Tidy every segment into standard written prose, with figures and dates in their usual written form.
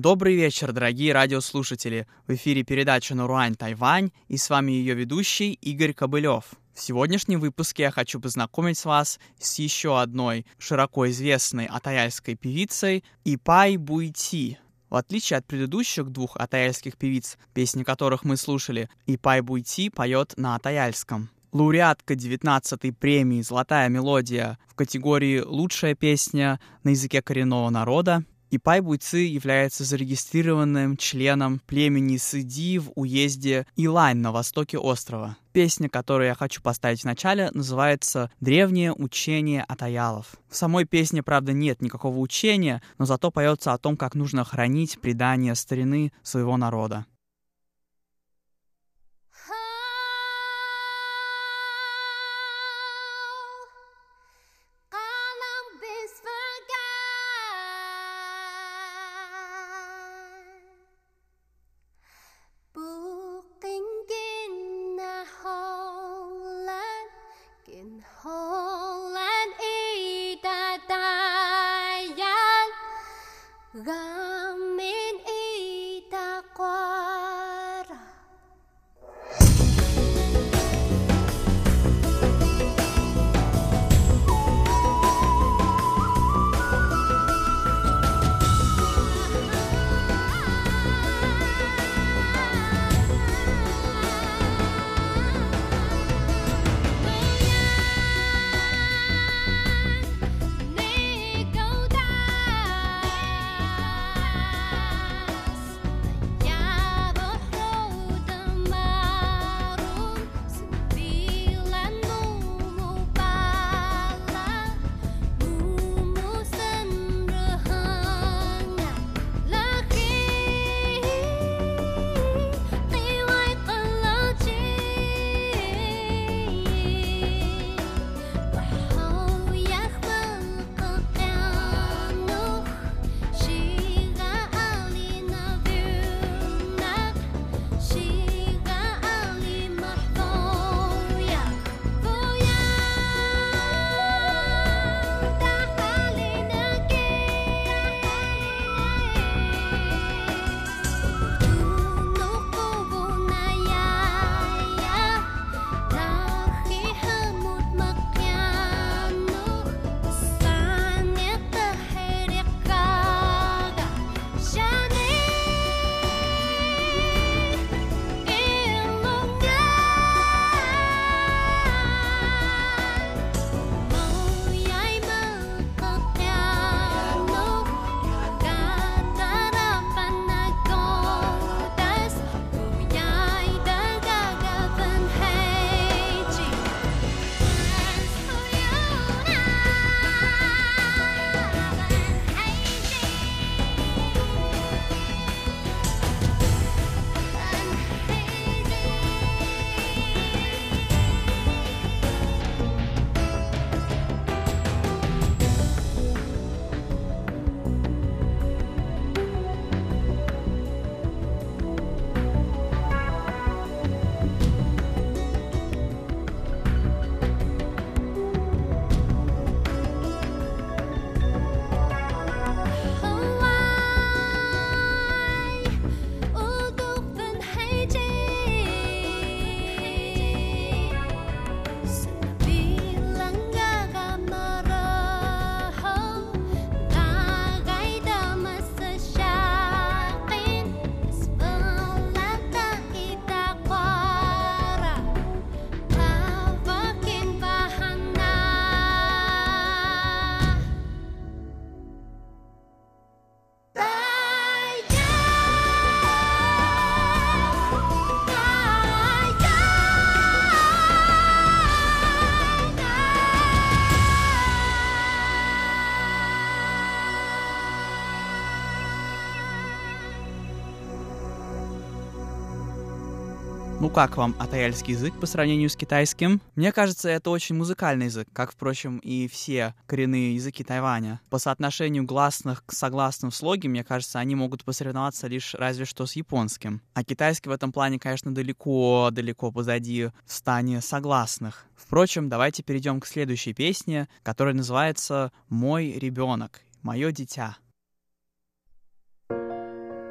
Добрый вечер, дорогие радиослушатели! В эфире передача «Наруань Тайвань», и с вами ее ведущий Игорь Кобылев. В сегодняшнем выпуске я хочу познакомить вас с еще одной широко известной атаяльской певицей Ипай Буйти. В отличие от предыдущих двух атаяльских певиц, песни которых мы слушали, Ипай Буйти поет на атаяльском. Лауреатка 19-й премии «Золотая мелодия» в категории «Лучшая песня на языке коренного народа». Ипай Буйти является зарегистрированным членом племени Сыди в уезде Илань на востоке острова. Песня, которую я хочу поставить в начале, называется «Древнее учение атаялов». В самой песне, правда, нет никакого учения, но зато поется о том, как нужно хранить предания старины своего народа. Ну как вам атаяльский язык по сравнению с китайским? Мне кажется, это очень музыкальный язык, как, впрочем, и все коренные языки Тайваня. По соотношению гласных к согласным в слоге, мне кажется, они могут посоревноваться лишь разве что с японским. А китайский в этом плане, конечно, далеко-далеко позади в стане согласных. Впрочем, давайте перейдем к следующей песне, которая называется «Мой ребенок», «Мое дитя».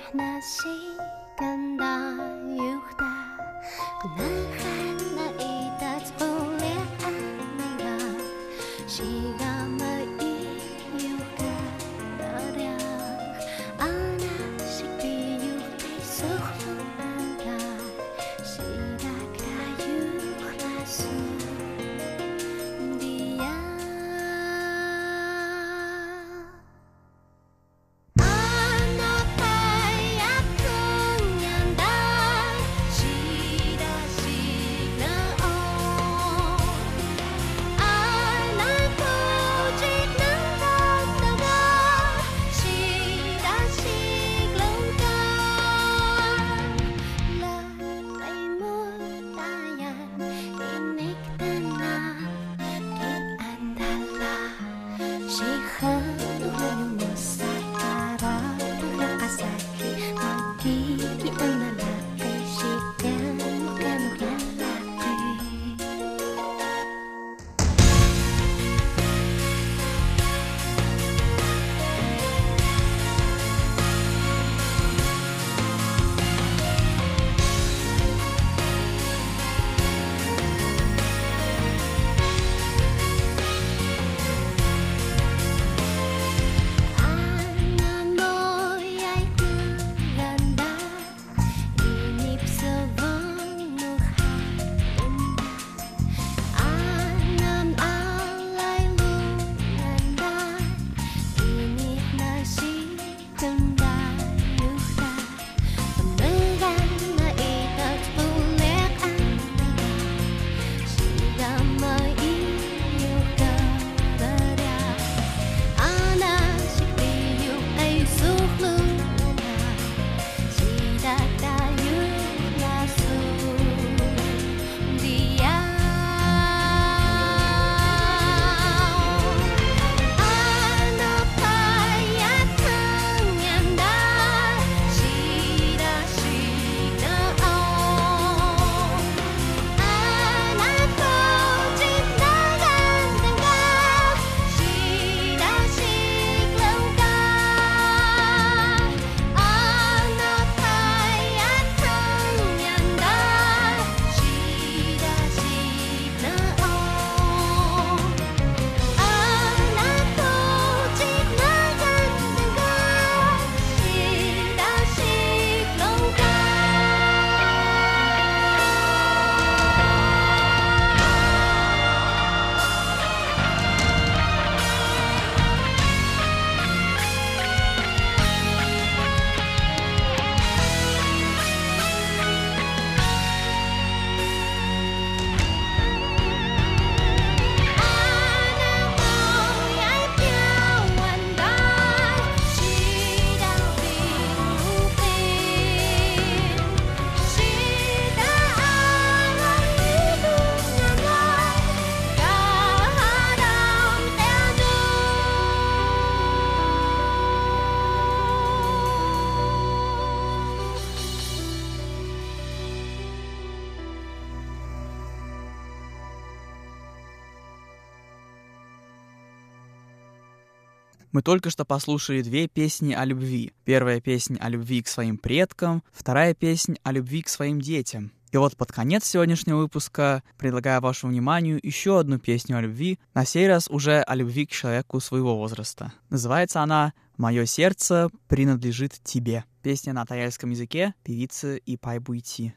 Мы только что послушали две песни о любви. Первая песня о любви к своим предкам, вторая песня о любви к своим детям. И вот под конец сегодняшнего выпуска предлагаю вашему вниманию еще одну песню о любви, на сей раз уже о любви к человеку своего возраста. Называется она «Мое сердце принадлежит тебе». Песня на тайском языке певицы Ипай Буйти.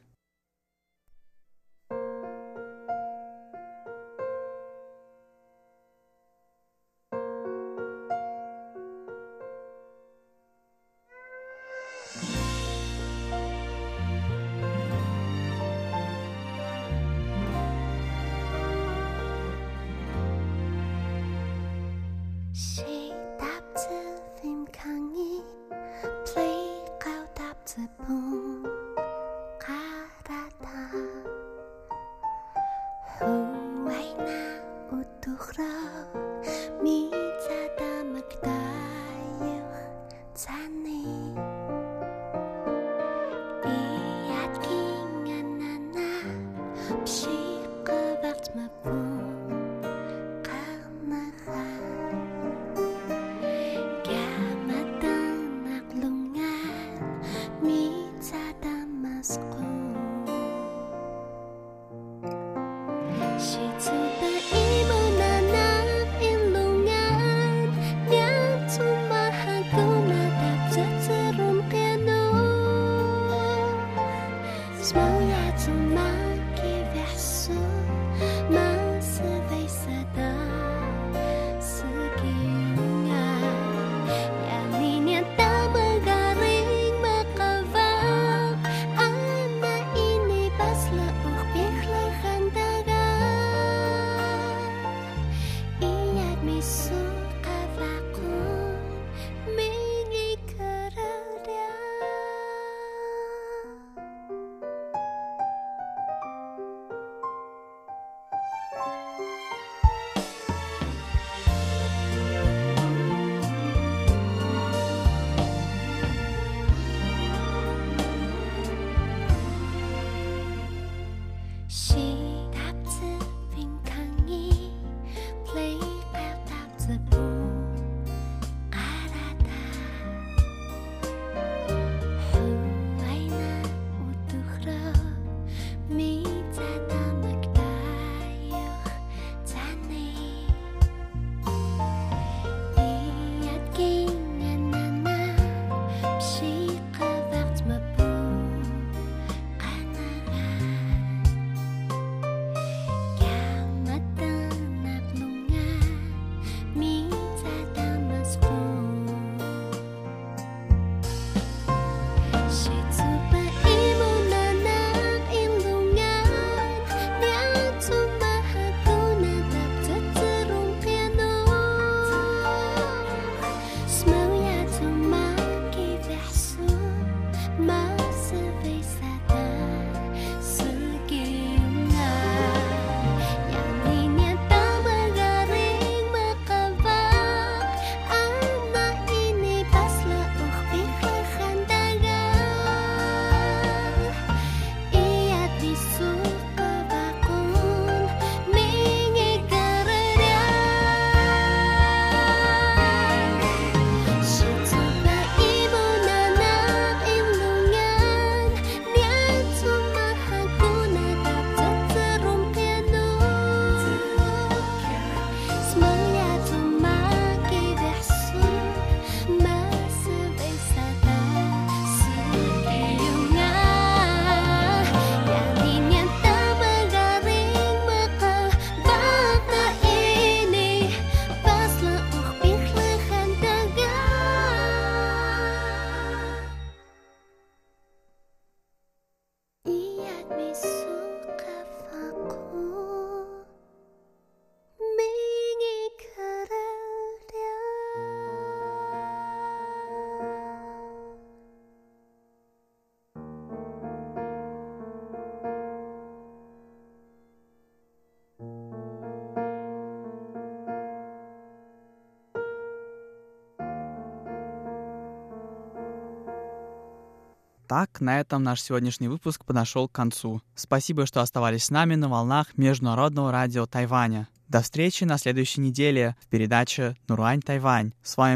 Так, на этом наш сегодняшний выпуск подошел к концу. Спасибо, что оставались с нами на волнах Международного радио Тайваня. До встречи на следующей неделе в передаче «Нурань Тайвань». С вами